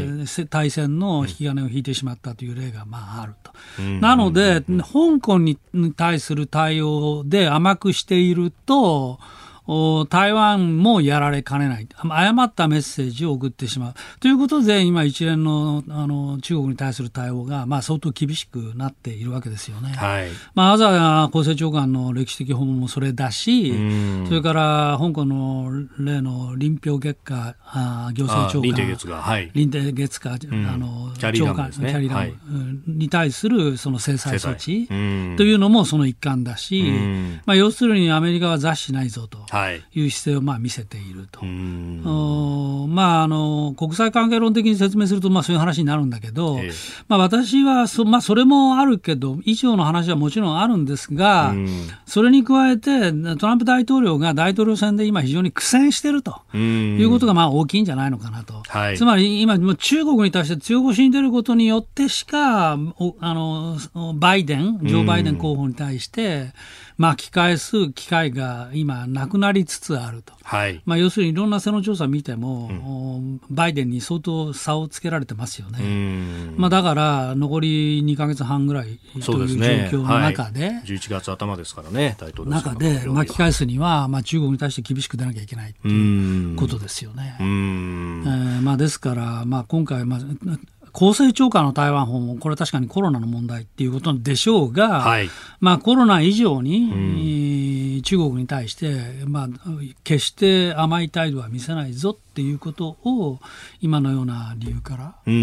大戦の引き金を引いてしまったという例がまああると、うん、なので、うん、香港に対する対応で甘くしていると台湾もやられかねない、誤ったメッセージを送ってしまうということで、今一連 の, あの中国に対する対応がまあ相当厳しくなっているわけですよね、はいまあ、アザー厚生長官の歴史的訪問もそれだし、それから香港の例の林彪月下行政長官林鄭月娥、はい、 林鄭月娥、うん、あのキャリーラムですね、 キャリーラム、はい、に対するその制裁措置というのもその一環だし、まあ、要するにアメリカは座しないぞという姿勢をまあ見せていると、まあ、あの国際関係論的に説明するとまあそういう話になるんだけど、えーまあ、私は そ,、まあ、それもあるけど以上の話はもちろんあるんですが、それに加えてトランプ大統領が大統領選で今非常に苦戦しているということがまあ大きいんじゃないのかなと、はい、つまり今中国に対して強腰に出ることによってしかあのバイデンジョー・バイデン候補に対して巻き返す機会が今なくなりつつあると、はいまあ、要するにいろんな世論調査見ても、うん、バイデンに相当差をつけられてますよね、うんまあ、だから残りにかげつはんぐらいという状況の中で、ねはい、 じゅういちがつ頭ですからね、大統領選中で巻き返すには、まあ、中国に対して厳しく出なきゃいけないということですよね。うん、えーまあ、ですから、まあ、今回、まあ厚生長官の台湾訪問、これは確かにコロナの問題っていうことでしょうが、はいまあ、コロナ以上に、うん、中国に対して、まあ、決して甘い態度は見せないぞっていうことを今のような理由から、うん、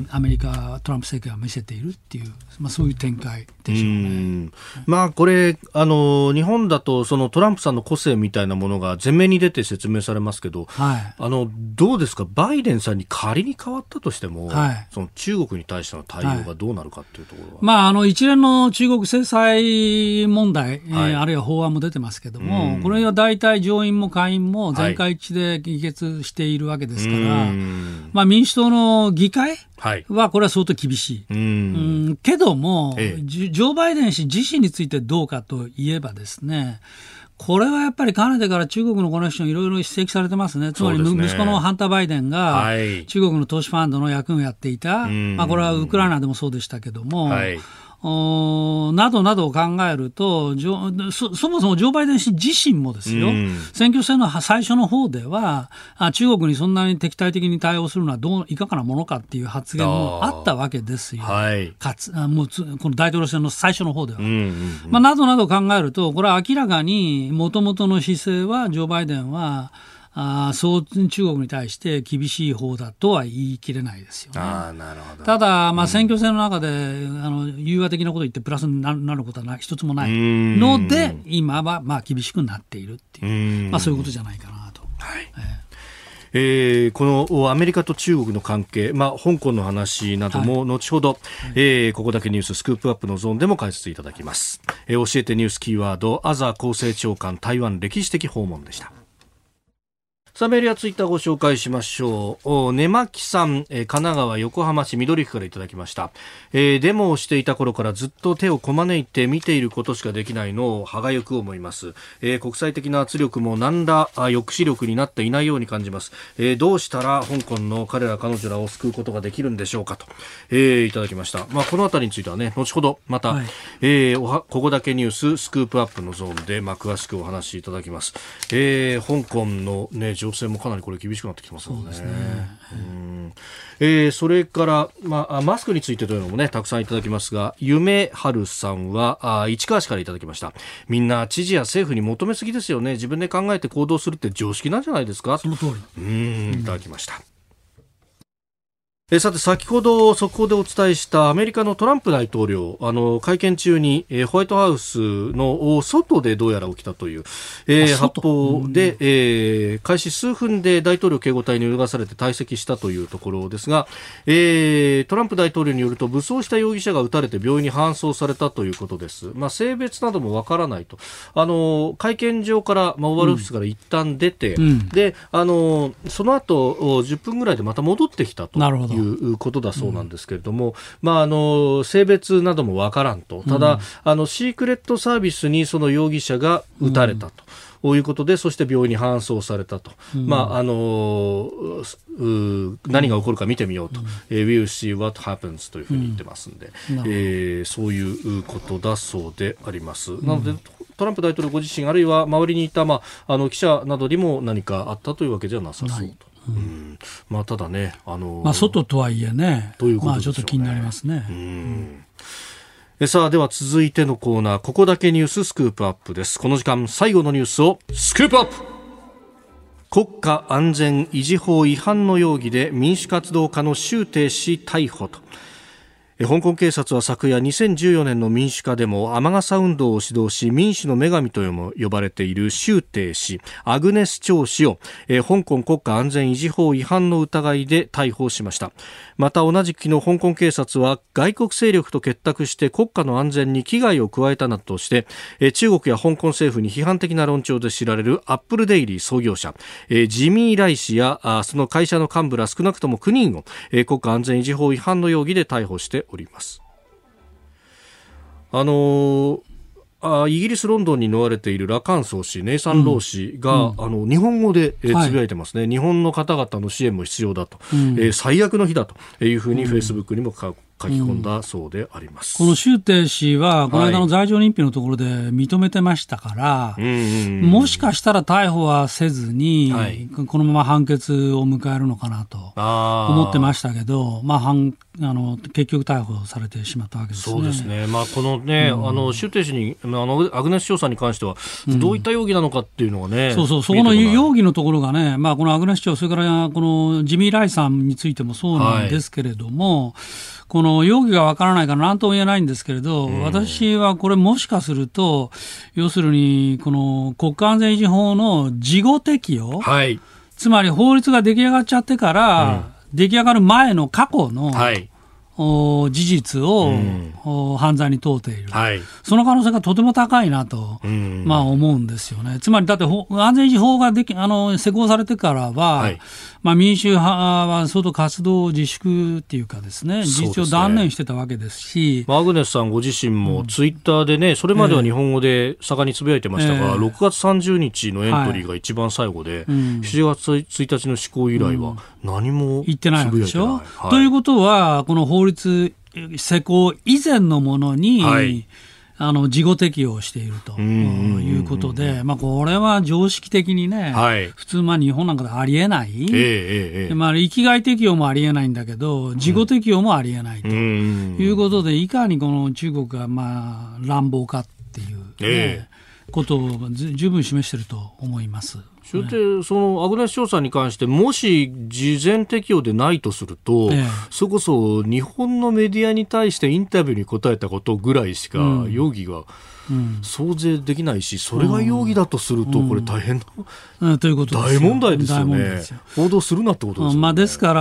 アメリカトランプ政権は見せているっていう、まあ、そういう展開でしょうね。うんまあ、これあの日本だとそのトランプさんの個性みたいなものが前面に出て説明されますけど、はい、あのどうですか、バイデンさんに仮に変わったとしても、はいその中国に対しての対応がどうなるかというところは、はいまあ、あの一連の中国制裁問題、はいえー、あるいは法案も出てますけども、これは大体上院も下院も全会一致で議決しているわけですから、はいまあ、民主党の議会はこれは相当厳しい、うんうんけども、ええ、ジョー・バイデン氏自身についてどうかといえばですね、これはやっぱりかねてから中国のコネクションいろいろ指摘されてますね。つまり息子のハンター・バイデンが中国の投資ファンドの役をやっていた、はいまあ、これはウクライナでもそうでしたけども、はいなどなどを考えると そ, そもそもジョー・バイデン氏自身もですよ、選挙戦の最初の方では中国にそんなに敵対的に対応するのはどういかがなものかっていう発言もあったわけですよ、はい、かつもうこの大統領選の最初の方では、うんうんうんまあ、などなどを考えるとこれは明らかに元々の姿勢はジョー・バイデンはあそう中国に対して厳しい方だとは言い切れないですよね。あなるほどただ、まあ、選挙戦の中で、うん、あの融和的なことを言ってプラスになることは一つもないので今はまあ厳しくなっているっていう、まあ、そういうことじゃないかなと、はいえーえー、このアメリカと中国の関係、まあ、香港の話なども後ほど、はいえー、ここだけニューススクープアップのゾーンでも解説いただきます、えー、教えてニュースキーワードアザー厚生長官台湾歴史的訪問でした。さあメールやツイッターご紹介しましょう。ねまきさん、えー、神奈川横浜市緑区からいただきました、えー、デモをしていた頃からずっと手をこまねいて見ていることしかできないのを歯がゆく思います、えー、国際的な圧力も何ら抑止力になっていないように感じます、えー、どうしたら香港の彼ら彼女らを救うことができるんでしょうかと、えー、いただきました。まあ、このあたりについてはね後ほどまた、はいえー、おはここだけニューススクープアップのゾーンで、まあ、詳しくお話しいただきます、えー、香港のね情勢もかなりこれ厳しくなってきてますよね。そうですね、うんえー、それから、まあ、マスクについてというのもねたくさんいただきますが、夢春さんはあ市川市からいただきました。みんな知事や政府に求めすぎですよね。自分で考えて行動するって常識なんじゃないですか。 その通り。 うんいただきました、 えさて先ほど速報でお伝えしたアメリカのトランプ大統領、あの会見中に、えー、ホワイトハウスの外でどうやら起きたという、えー、発砲で、えー、開始数分で大統領警護隊に脱がされて退席したというところですが、えー、トランプ大統領によると武装した容疑者が撃たれて病院に搬送されたということです。まあ、性別などもわからないと、あの会見場から、まあ、オーバルオフィスから一旦出て、うん、であのその後じゅっぷんぐらいでまた戻ってきたと。なるほどいうことだそうなんですけれども、うんまあ、あの性別などもわからんと、ただ、うん、あのシークレットサービスにその容疑者が撃たれたと、うん、いうことで、そして病院に搬送されたと、うんまああの何が起こるか見てみようと、うんえー、We'll see what happens というふうに言ってますんで、うんえー、そういうことだそうであります。うん、なのでトランプ大統領ご自身あるいは周りにいた、まあ、あの記者などにも何かあったというわけではなさそうと。うんうんまあ、ただね、あのーまあ、 外とはいえね、 ということでしょうね。まあ、 ちょっと気になりますね。うんうんえさあでは続いてのコーナー、ここだけニューススクープアップです。この時間最後のニュースをスクープアップ。国家安全維持法違反の容疑で民主活動家の周庭氏逮捕と。香港警察は昨夜にせんじゅうよねんの民主化デモ雨傘運動を指導し民主の女神とも呼ばれている周庭氏アグネス・チョウ氏を香港国家安全維持法違反の疑いで逮捕しました。また同じく昨日香港警察は外国勢力と結託して国家の安全に危害を加えたなどとして中国や香港政府に批判的な論調で知られるアップルデイリー創業者ジミー・ライ氏やその会社の幹部ら少なくともきゅうにんを国家安全維持法違反の容疑で逮捕しております。あのーあイギリス・ロンドンに逃れているラカンソー氏、ネイサン・ロー氏が、うん、あの日本語で、えー、つぶやいてますね、はい、日本の方々の支援も必要だと、うんえー、最悪の日だというふうにフェイスブックにも書書き込んだそうであります。 この周庭氏はこの間の罪状認否のところで認めてましたから、はい、もしかしたら逮捕はせずに、はい、このまま判決を迎えるのかなと思ってましたけど、まあ、判あの結局逮捕されてしまったわけですね。 そうですね、まあ、このね、うん、あの周庭氏にあのアグネス・チョウさんに関してはどういった容疑なのかっていうのがね、うん、 そうそう、そこの容疑のところがね、まあ、このアグネス・チョウ、それからこのジミー・ライさんについてもそうなんですけれども、はい、この容疑がわからないから何とも言えないんですけれど、うん、私はこれもしかすると要するにこの国家安全維持法の事後適用、はい、つまり法律が出来上がっちゃってから、うん、出来上がる前の過去の、はい、事実を、うん、犯罪に問うている、はい、その可能性がとても高いなと、うんまあ、思うんですよね。つまりだって安全維持法ができあの施行されてからは、はいまあ、民主派は相当活動自粛っていうかですね、事実を断念してたわけですし、 アグネスさんご自身もツイッターでね、それまでは日本語で盛んにつぶやいてましたが、えー、ろくがつさんじゅうにちのエントリーが一番最後で、はいうん、しちがつついたちの施行以来は何も言ってないわけでしょ、はい、ということはこの法律施行以前のものに、はいあの事後適用しているということで、まあ、これは常識的にね、はい、普通まあ日本なんかでありえない、えーえーまあ、域外適用もありえないんだけど事後適用もありえないということで、いかにこの中国がまあ乱暴かっていう、ねえー、ことを十分示していると思います。 それでそのアグネス・チョウさんに関してもし事前適用でないとすると、ええ、それこそ日本のメディアに対してインタビューに答えたことぐらいしか容疑が想像できないし、それが容疑だとするとこれ大変な、 うんうん、ということ大問題ですよね。報道するなってことですよね。 まあ、ですから、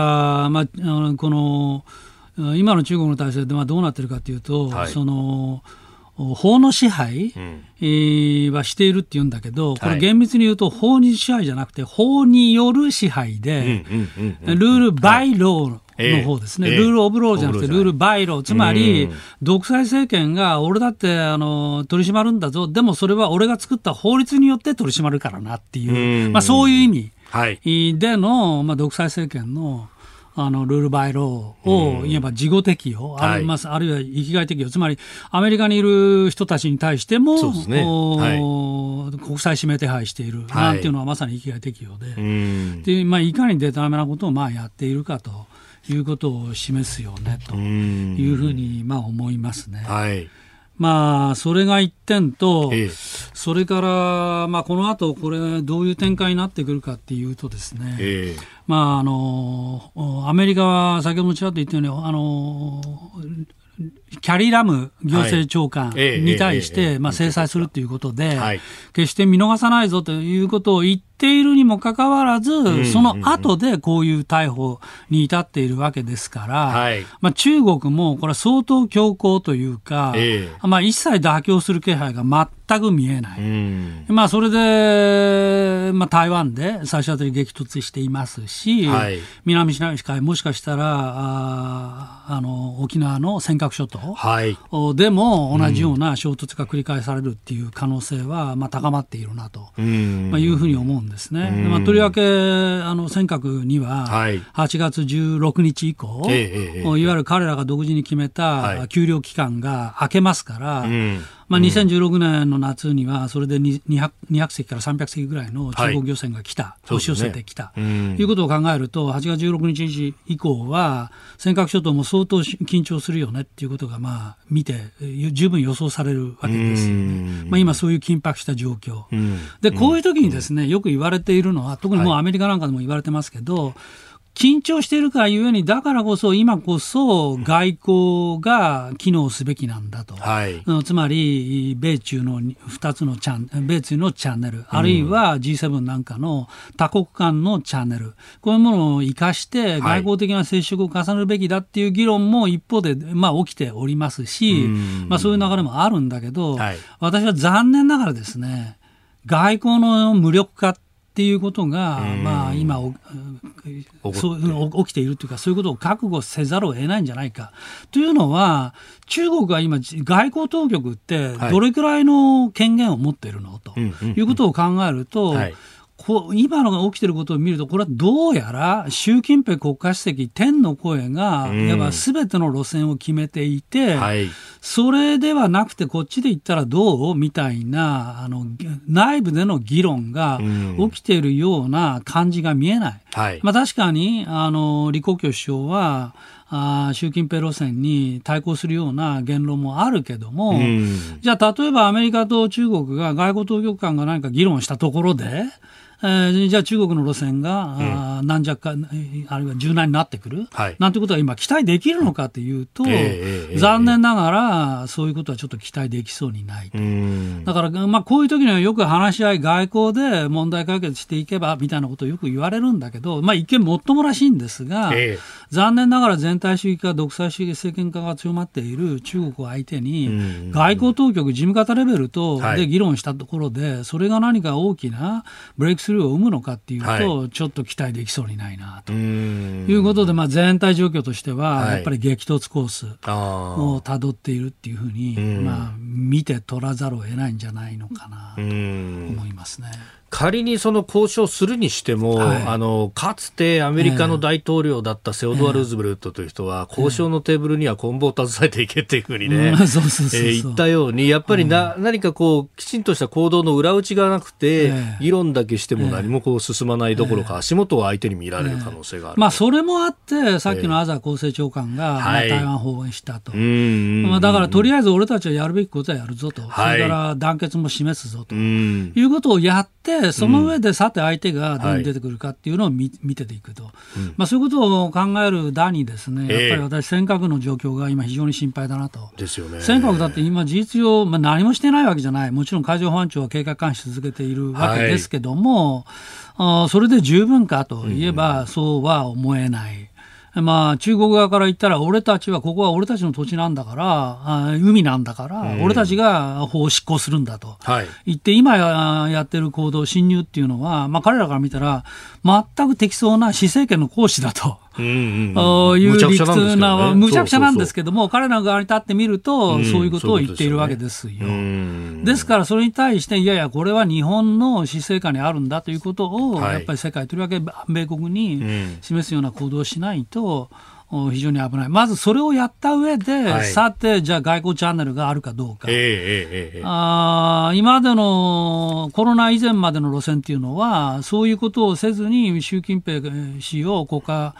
まあ、この今の中国の体制でどうなっているかというと、はい、その法の支配、うんえー、はしているって言うんだけど、これ厳密に言うと法に支配じゃなくて法による支配で、ルールバイローの方ですね、はい、ルールオブローじゃなくてルールバイロー、つまり独裁政権が俺だってあの取り締まるんだぞ、でもそれは俺が作った法律によって取り締まるからなっていう、まあ、そういう意味での、まあ、独裁政権のあのルールバイローをいわば事後適用、うんあるはい、あるいは域外適用、つまりアメリカにいる人たちに対しても、ねはい、国際指名手配している、はい、なんていうのはまさに域外適用で、うんでまあ、いかにデタラメなことをまあやっているかということを示すよねというふうにまあ思いますね。はいまあ、それが一点と、 ええ、 それから、まあ、この後これどういう展開になってくるかっていうとですね、 ええ、 まあ、あのアメリカは先ほどもちらっと言ったようにあのキャリー・ラム行政長官に対してまあ制裁するということで、決して見逃さないぞということを言っているにもかかわらず、その後でこういう逮捕に至っているわけですから、まあ、中国もこれは相当強硬というか、まあ、一切妥協する気配が全く見えない。まあ、それで、まあ、台湾で最初あたり激突していますし、南シナ海もしかしたらああの沖縄の尖閣諸島はい、でも同じような衝突が繰り返されるっていう可能性はまあ高まっているなと、まあ、いうふうに思うんですね。まあ、とりわけあの尖閣にははちがつじゅうろくにち以降、はい、いわゆる彼らが独自に決めた休漁期間が明けますから、まあ、にせんじゅうろくねんの夏にはそれでにひゃくせきからさんびゃくせきぐらいの中国漁船が来た、はい、押し寄せてきたと、ね、いうことを考えるとはちがつじゅうろくにち以降は尖閣諸島も相当緊張するよねっていうことがまあ見て十分予想されるわけですよね。まあ、今そういう緊迫した状況で、こういう時にですねよく言われているのは、特にもうアメリカなんかでも言われてますけど、はい、緊張しているからゆえに、だからこそ今こそ外交が機能すべきなんだと、はい、つまり米中のふたつのチャン米中のチャンネル、あるいは ジーセブン なんかの多国間のチャンネル、こういうものを生かして外交的な接触を重ねるべきだっていう議論も一方で、まあ、起きておりますし、まあ、そういう流れもあるんだけど、はい、私は残念ながらですね、外交の無力化っていうことが、まあ、今そう起きているというか、そういうことを覚悟せざるを得ないんじゃないかというのは、中国が今外交当局ってどれくらいの権限を持っているのということを考えると、はい、こう今のが起きていることを見ると、これはどうやら習近平国家主席天の声がいわば全ての路線を決めていて、はい、それではなくてこっちで言ったらどうみたいなあの内部での議論が起きているような感じが見えない、はい、まあ、確かにあの李克強首相はあ習近平路線に対抗するような言論もあるけども、じゃあ例えばアメリカと中国が外交当局間が何か議論したところで、えー、じゃあ中国の路線が、うん、軟弱かあるいは柔軟になってくる、はい、なんてことは今期待できるのかというと、えー、残念ながらそういうことはちょっと期待できそうにないと。だから、まあ、こういう時にはよく話し合い外交で問題解決していけばみたいなことをよく言われるんだけど、まあ、一見もっともらしいんですが、えー、残念ながら全体主義か独裁主義政権化が強まっている中国を相手に外交当局事務方レベルとで議論したところで、はい、それが何か大きなブレイクスルーを生むのかっていうと、はい、ちょっと期待できそうにないなということで、まあ、全体状況としてはやっぱり激突コースをたどっているっていうふうに、まあ、見て取らざるを得ないんじゃないのかなと思いますね。 仮にその交渉するにしても、はい、あのかつてアメリカの大統領だったセオドア・ルーズベルトという人は、えー、交渉のテーブルには棍棒を携えていけっていうふうにね、言ったように、やっぱりな、うん、何かこうきちんとした行動の裏打ちがなくて、えー、議論だけしても何もこう進まないどころか、えー、足元を相手に見られる可能性がある、 えーまあ、それもあってさっきのアザ厚生長官が、えーまあ、台湾訪問したと、はい、まあ、だからとりあえず俺たちはやるべきことはやるぞと、はい、それから団結も示すぞということをやって、その上でさて相手がどう出てくるかっていうのを 見,、はい、見てていくと、うんまあ、そういうことを考えるだにですね、やっぱり私尖閣の状況が今非常に心配だなと。 ですよね。 尖閣だって今事実上、まあ、何もしてないわけじゃない、もちろん海上保安庁は警戒監視続けているわけですけども、はい、あそれで十分かといえば、うん、そうは思えない。まあ、中国側から言ったら、俺たちはここは俺たちの土地なんだから、あ海なんだから、うん、俺たちが法を執行するんだと、はい、言って、今やってる行動、侵入っていうのは、まあ、彼らから見たら全く適当な施政権の行使だと。うんうんうん、いう理屈な、むちゃくちゃなんですけども、彼ら側に立ってみると、うん、そういうことを言っているわけですよ。ですよね。ですから、それに対して、いやいや、これは日本の施政下にあるんだということを、はい、やっぱり世界、とりわけ米国に示すような行動をしないと、非常に危ない。まずそれをやった上で、はい、さてじゃあ外交チャンネルがあるかどうか、えーえーえー、あ今までのコロナ以前までの路線っていうのはそういうことをせずに習近平氏を国家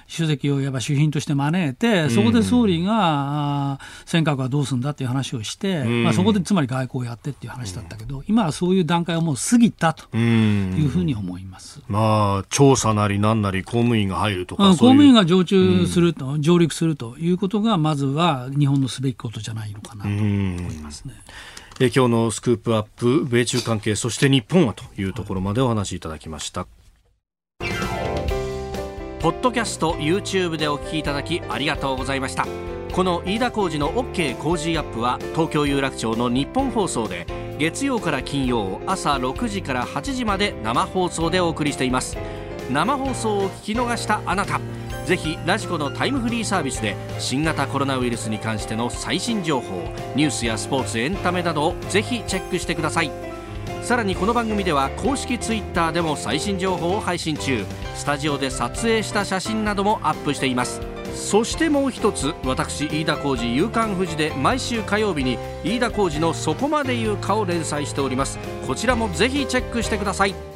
主席をやっぱ主賓として招いて、そこで総理が、うん、尖閣はどうするんだっていう話をして、うんまあ、そこでつまり外交をやってっていう話だったけど、うん、今はそういう段階をもう過ぎたというふうに思います。 うんまあ、調査なりなんなり公務員が入るとか、 うん、公務員が常駐すると、うん、上陸するということがまずは日本のすべきことじゃないのかなと思いますね。 え今日のスクープアップ、米中関係そして日本はというところまでお話しいただきました。ポッドキャスト YouTube でお聞きいただきありがとうございました。この飯田浩司の OK 工事アップは東京有楽町の日本放送で月曜から金曜朝ろくじからはちじまで生放送でお送りしています。生放送を聞き逃したあなた、ぜひラジコのタイムフリーサービスで新型コロナウイルスに関しての最新情報、ニュースやスポーツ、エンタメなどをぜひチェックしてください。さらにこの番組では公式ツイッターでも最新情報を配信中、スタジオで撮影した写真などもアップしています。そしてもう一つ、私飯田浩司夕刊フジで毎週火曜日に飯田浩司のそこまで言うかを連載しております。こちらもぜひチェックしてください。